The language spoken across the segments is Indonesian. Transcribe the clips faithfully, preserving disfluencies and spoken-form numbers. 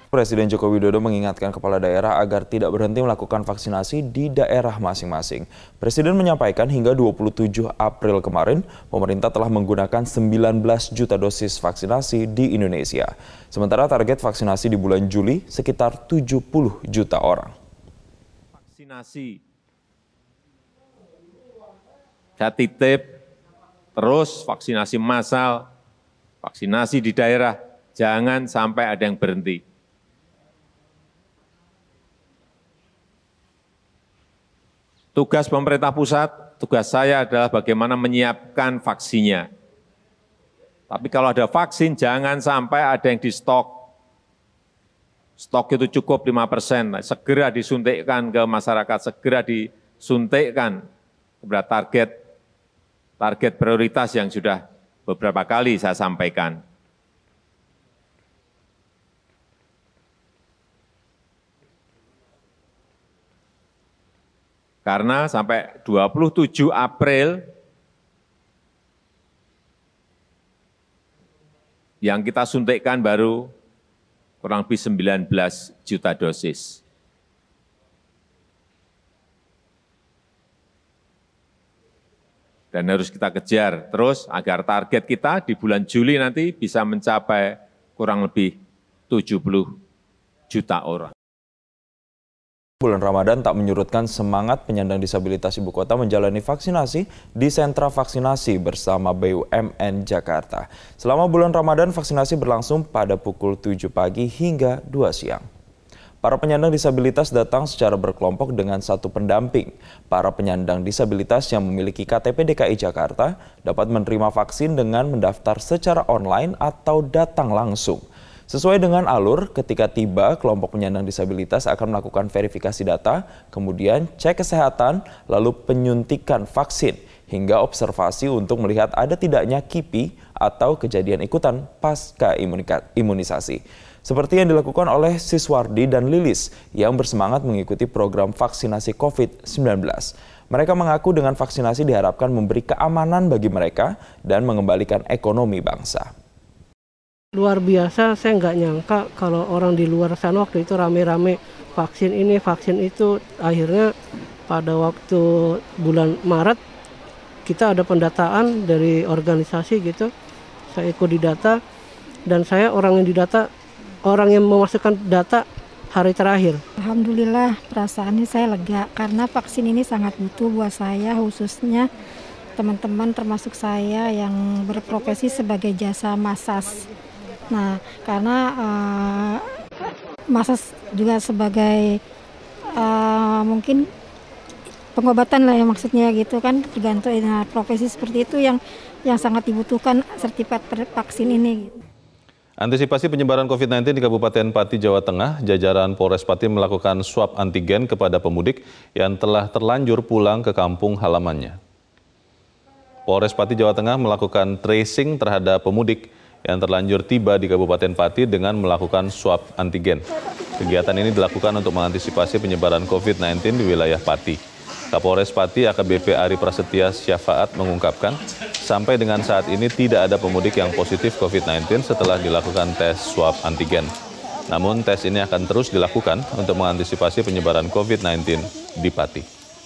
Presiden Joko Widodo mengingatkan kepala daerah agar tidak berhenti melakukan vaksinasi di daerah masing-masing. Presiden menyampaikan hingga dua puluh tujuh April kemarin, pemerintah telah menggunakan sembilan belas juta dosis vaksinasi di Indonesia. Sementara target vaksinasi di bulan Juli sekitar tujuh puluh juta orang. Vaksinasi, saya titip terus vaksinasi massal, vaksinasi di daerah, jangan sampai ada yang berhenti. Tugas pemerintah pusat, tugas saya adalah bagaimana menyiapkan vaksinnya. Tapi kalau ada vaksin, jangan sampai ada yang di stok. Stok itu cukup lima persen, segera disuntikkan ke masyarakat, segera disuntikkan kepada target, target prioritas yang sudah beberapa kali saya sampaikan. Karena sampai dua puluh tujuh April yang kita suntikkan baru kurang lebih sembilan belas juta dosis. Dan harus kita kejar terus agar target kita di bulan Juli nanti bisa mencapai kurang lebih tujuh puluh juta orang. Bulan Ramadan tak menyurutkan semangat penyandang disabilitas ibu kota menjalani vaksinasi di sentra vaksinasi bersama B U M N Jakarta. Selama bulan Ramadan, vaksinasi berlangsung pada pukul tujuh pagi hingga dua siang. Para penyandang disabilitas datang secara berkelompok dengan satu pendamping. Para penyandang disabilitas yang memiliki K T P D K I Jakarta dapat menerima vaksin dengan mendaftar secara online atau datang langsung. Sesuai dengan alur, ketika tiba, kelompok penyandang disabilitas akan melakukan verifikasi data, kemudian cek kesehatan, lalu penyuntikan vaksin, hingga observasi untuk melihat ada tidaknya kipi atau kejadian ikutan pasca imunisasi. Seperti yang dilakukan oleh Siswardi dan Lilis yang bersemangat mengikuti program vaksinasi COVID sembilan belas. Mereka mengaku dengan vaksinasi diharapkan memberi keamanan bagi mereka dan mengembalikan ekonomi bangsa. Luar biasa, saya nggak nyangka kalau orang di luar sana waktu itu rame-rame vaksin ini, vaksin itu. Akhirnya pada waktu bulan Maret kita ada pendataan dari organisasi gitu. Saya ikut didata dan saya orang yang didata, orang yang memasukkan data hari terakhir. Alhamdulillah perasaannya saya lega karena vaksin ini sangat butuh buat saya, khususnya teman-teman termasuk saya yang berprofesi sebagai jasa massas. Nah, karena uh, massas juga sebagai uh, mungkin pengobatan lah ya maksudnya gitu kan, tergantung nah, profesi seperti itu yang yang sangat dibutuhkan sertifikat vaksin ini. Antisipasi penyebaran COVID sembilan belas di Kabupaten Pati, Jawa Tengah, jajaran Polres Pati melakukan swab antigen kepada pemudik yang telah terlanjur pulang ke kampung halamannya. Polres Pati, Jawa Tengah melakukan tracing terhadap pemudik yang terlanjur tiba di Kabupaten Pati dengan melakukan swab antigen. Kegiatan ini dilakukan untuk mengantisipasi penyebaran COVID sembilan belas di wilayah Pati. Kapolres Pati A K B P Ari Prasetya Syafaat mengungkapkan, sampai dengan saat ini tidak ada pemudik yang positif COVID sembilan belas setelah dilakukan tes swab antigen. Namun tes ini akan terus dilakukan untuk mengantisipasi penyebaran COVID sembilan belas di Pati.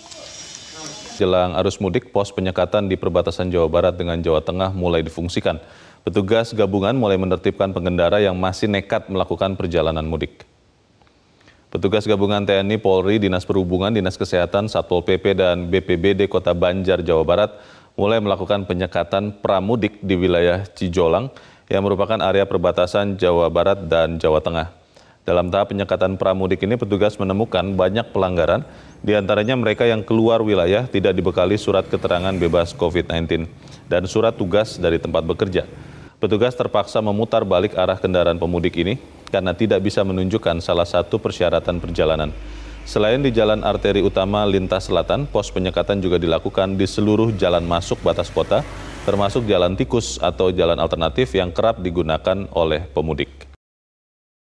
Jelang arus mudik, pos penyekatan di perbatasan Jawa Barat dengan Jawa Tengah mulai difungsikan. Petugas gabungan mulai menertibkan pengendara yang masih nekat melakukan perjalanan mudik. Petugas gabungan T N I, Polri, Dinas Perhubungan, Dinas Kesehatan, Satpol P P, dan B P B D Kota Banjar, Jawa Barat mulai melakukan penyekatan pramudik di wilayah Cijolang yang merupakan area perbatasan Jawa Barat dan Jawa Tengah. Dalam tahap penyekatan pramudik ini, petugas menemukan banyak pelanggaran, diantaranya mereka yang keluar wilayah tidak dibekali surat keterangan bebas COVID sembilan belas dan surat tugas dari tempat bekerja. Petugas terpaksa memutar balik arah kendaraan pemudik ini karena tidak bisa menunjukkan salah satu persyaratan perjalanan. Selain di jalan arteri utama lintas selatan, pos penyekatan juga dilakukan di seluruh jalan masuk batas kota, termasuk jalan tikus atau jalan alternatif yang kerap digunakan oleh pemudik.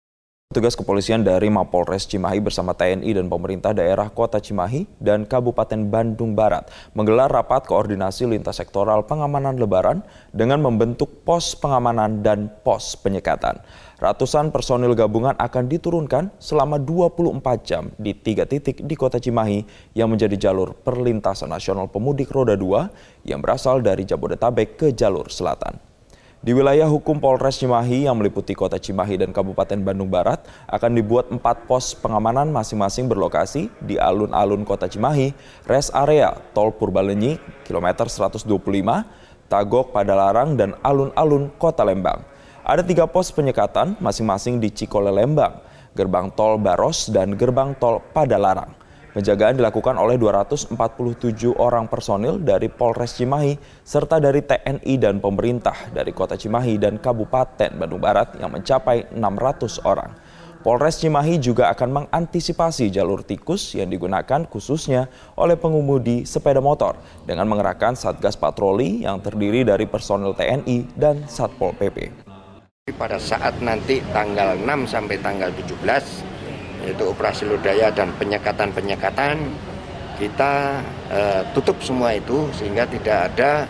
Petugas kepolisian dari Mapolres Cimahi bersama T N I dan pemerintah daerah Kota Cimahi dan Kabupaten Bandung Barat menggelar rapat koordinasi lintas sektoral pengamanan Lebaran dengan membentuk pos pengamanan dan pos penyekatan. Ratusan personil gabungan akan diturunkan selama dua puluh empat jam di tiga titik di Kota Cimahi yang menjadi jalur perlintasan nasional pemudik roda dua yang berasal dari Jabodetabek ke jalur selatan. Di wilayah hukum Polres Cimahi yang meliputi Kota Cimahi dan Kabupaten Bandung Barat akan dibuat empat pos pengamanan masing-masing berlokasi di alun-alun Kota Cimahi, rest area Tol Purbalenyi, kilometer seratus dua puluh lima, Tagok Padalarang, dan alun-alun Kota Lembang. Ada tiga pos penyekatan masing-masing di Cikole Lembang, Gerbang Tol Baros, dan Gerbang Tol Padalarang. Penjagaan dilakukan oleh dua ratus empat puluh tujuh orang personil dari Polres Cimahi serta dari T N I dan pemerintah dari Kota Cimahi dan Kabupaten Bandung Barat yang mencapai enam ratus orang. Polres Cimahi juga akan mengantisipasi jalur tikus yang digunakan khususnya oleh pengemudi sepeda motor dengan mengerahkan Satgas Patroli yang terdiri dari personil T N I dan Satpol P P. Pada saat nanti tanggal enam sampai tanggal tujuh belas, yaitu operasi lodaya dan penyekatan-penyekatan, kita uh, tutup semua itu sehingga tidak ada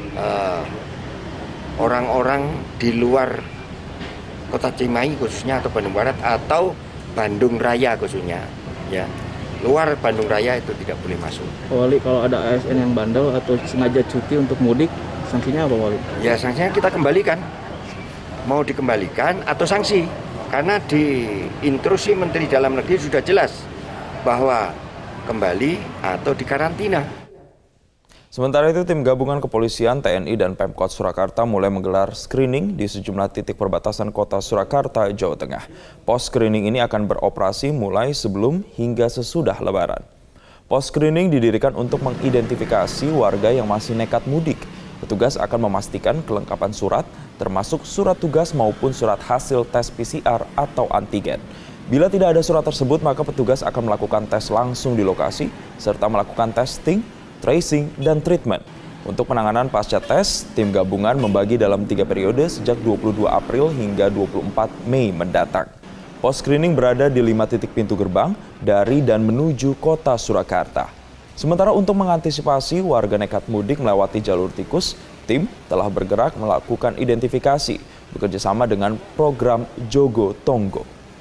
orang-orang uh, di luar Kota Cimahi khususnya atau Bandung Barat atau Bandung Raya khususnya, ya. Luar Bandung Raya itu tidak boleh masuk. Wali, kalau ada A S N yang bandel atau sengaja cuti untuk mudik, sanksinya apa, Wali? Ya, sanksinya kita kembalikan. Mau dikembalikan atau sanksi. Karena di instruksi Menteri Dalam Negeri sudah jelas bahwa kembali atau dikarantina. Sementara itu, tim gabungan kepolisian, T N I, dan Pemkot Surakarta mulai menggelar screening di sejumlah titik perbatasan kota Surakarta, Jawa Tengah. Pos screening ini akan beroperasi mulai sebelum hingga sesudah Lebaran. Pos screening didirikan untuk mengidentifikasi warga yang masih nekat mudik. Petugas akan memastikan kelengkapan surat, termasuk surat tugas maupun surat hasil tes P C R atau antigen. Bila tidak ada surat tersebut, maka petugas akan melakukan tes langsung di lokasi, serta melakukan testing, tracing, dan treatment. Untuk penanganan pasca tes, tim gabungan membagi dalam tiga periode sejak dua puluh dua April hingga dua puluh empat Mei mendatang. Pos screening berada di lima titik pintu gerbang dari dan menuju kota Surakarta. Sementara untuk mengantisipasi warga nekat mudik melewati jalur tikus, tim telah bergerak melakukan identifikasi bekerjasama dengan program Jogo Tonggo.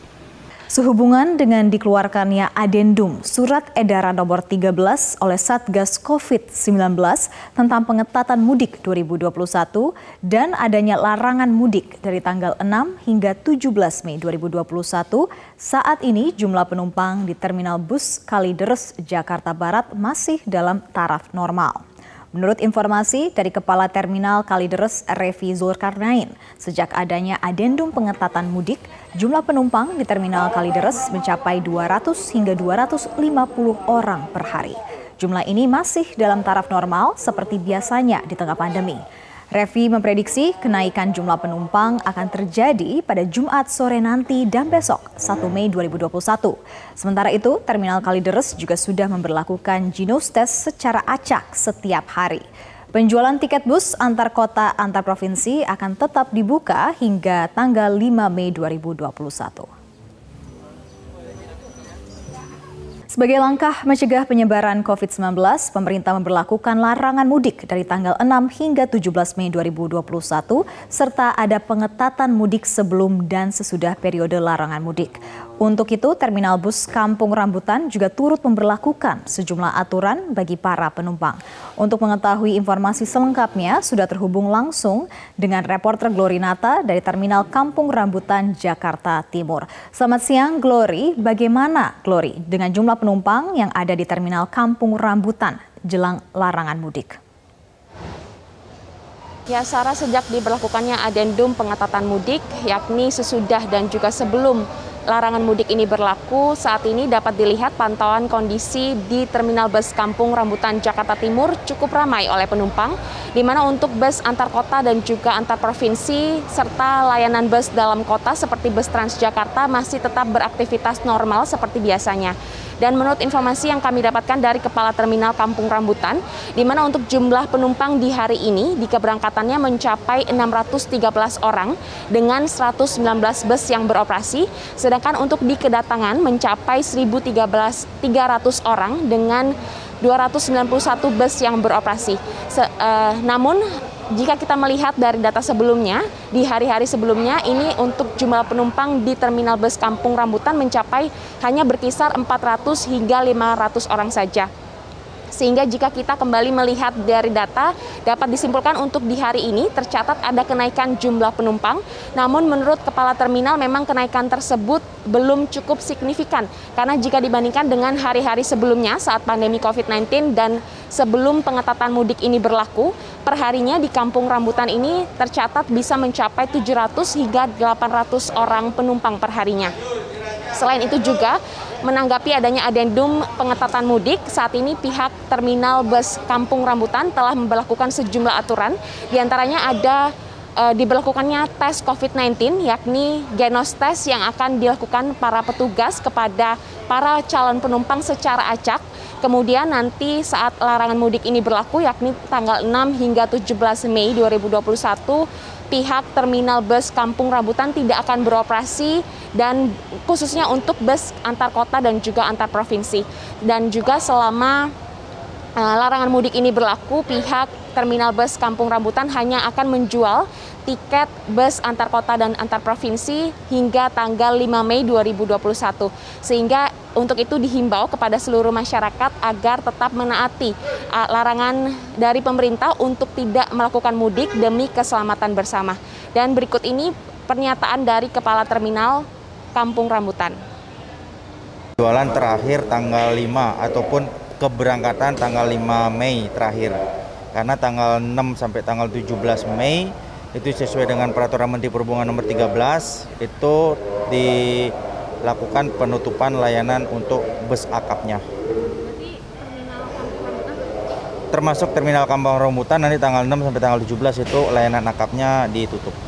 Sehubungan dengan dikeluarkannya adendum Surat Edaran Nomor tiga belas oleh Satgas covid sembilan belas tentang pengetatan mudik dua ribu dua puluh satu dan adanya larangan mudik dari tanggal enam hingga tujuh belas Mei dua ribu dua puluh satu, saat ini jumlah penumpang di Terminal Bus Kalideres, Jakarta Barat masih dalam taraf normal. Menurut informasi dari Kepala Terminal Kalideres Revi Zulkarnain, sejak adanya adendum pengetatan mudik, jumlah penumpang di Terminal Kalideres mencapai dua ratus hingga dua ratus lima puluh orang per hari. Jumlah ini masih dalam taraf normal seperti biasanya di tengah pandemi. Revi memprediksi kenaikan jumlah penumpang akan terjadi pada Jumat sore nanti dan besok satu Mei dua ribu dua puluh satu. Sementara itu, Terminal Kalideres juga sudah memberlakukan Jinos Test secara acak setiap hari. Penjualan tiket bus antar kota antar provinsi akan tetap dibuka hingga tanggal lima Mei dua ribu dua puluh satu. Sebagai langkah mencegah penyebaran covid sembilan belas, pemerintah memberlakukan larangan mudik dari tanggal enam hingga tujuh belas Mei dua ribu dua puluh satu, serta ada pengetatan mudik sebelum dan sesudah periode larangan mudik. Untuk itu, Terminal Bus Kampung Rambutan juga turut memberlakukan sejumlah aturan bagi para penumpang. Untuk mengetahui informasi selengkapnya, sudah terhubung langsung dengan reporter Glory Nata dari Terminal Kampung Rambutan, Jakarta Timur. Selamat siang, Glory. Bagaimana, Glory, dengan jumlah penumpang yang ada di Terminal Kampung Rambutan jelang larangan mudik? Ya, Sarah, sejak diberlakukannya adendum pengetatan mudik, yakni sesudah dan juga sebelum larangan mudik ini berlaku, saat ini dapat dilihat pantauan kondisi di Terminal Bus Kampung Rambutan, Jakarta Timur cukup ramai oleh penumpang, di mana untuk bus antar kota dan juga antar provinsi, serta layanan bus dalam kota seperti bus Transjakarta masih tetap beraktivitas normal seperti biasanya. Dan menurut informasi yang kami dapatkan dari Kepala Terminal Kampung Rambutan, di mana untuk jumlah penumpang di hari ini di keberangkatannya mencapai enam ratus tiga belas orang dengan seratus sembilan belas bus yang beroperasi, sedangkan untuk di kedatangan mencapai seribu tiga ratus orang dengan dua ratus sembilan puluh satu bus yang beroperasi. Se, uh, namun jika kita melihat dari data sebelumnya, di hari-hari sebelumnya ini untuk jumlah penumpang di Terminal Bus Kampung Rambutan mencapai hanya berkisar empat ratus hingga lima ratus orang saja. Sehingga jika kita kembali melihat dari data, dapat disimpulkan untuk di hari ini tercatat ada kenaikan jumlah penumpang. Namun menurut Kepala Terminal memang kenaikan tersebut belum cukup signifikan. Karena jika dibandingkan dengan hari-hari sebelumnya saat pandemi covid sembilan belas dan sebelum pengetatan mudik ini berlaku, perharinya di Kampung Rambutan ini tercatat bisa mencapai tujuh ratus hingga delapan ratus orang penumpang perharinya. Selain itu juga menanggapi adanya adendum pengetatan mudik, saat ini pihak Terminal Bus Kampung Rambutan telah memberlakukan sejumlah aturan, diantaranya ada e, diberlakukannya tes covid sembilan belas, yakni genos tes yang akan dilakukan para petugas kepada para calon penumpang secara acak. Kemudian nanti saat larangan mudik ini berlaku, yakni tanggal enam hingga tujuh belas Mei dua ribu dua puluh satu, pihak Terminal Bus Kampung Rambutan tidak akan beroperasi dan khususnya untuk bus antar kota dan juga antar provinsi. Dan juga selama uh, larangan mudik ini berlaku, pihak Terminal Bus Kampung Rambutan hanya akan menjual tiket bus antar kota dan antar provinsi hingga tanggal lima Mei dua ribu dua puluh satu. Sehingga untuk itu dihimbau kepada seluruh masyarakat agar tetap menaati uh, larangan dari pemerintah untuk tidak melakukan mudik demi keselamatan bersama. Dan berikut ini pernyataan dari Kepala Terminal Kampung Rambutan. Jualan terakhir tanggal lima ataupun keberangkatan tanggal lima Mei terakhir. Karena tanggal enam sampai tanggal tujuh belas Mei itu sesuai dengan Peraturan Menteri Perhubungan nomor tiga belas itu dilakukan penutupan layanan untuk bus akapnya. Termasuk Terminal Kampung Rambutan nanti tanggal enam sampai tanggal tujuh belas itu layanan akapnya ditutup.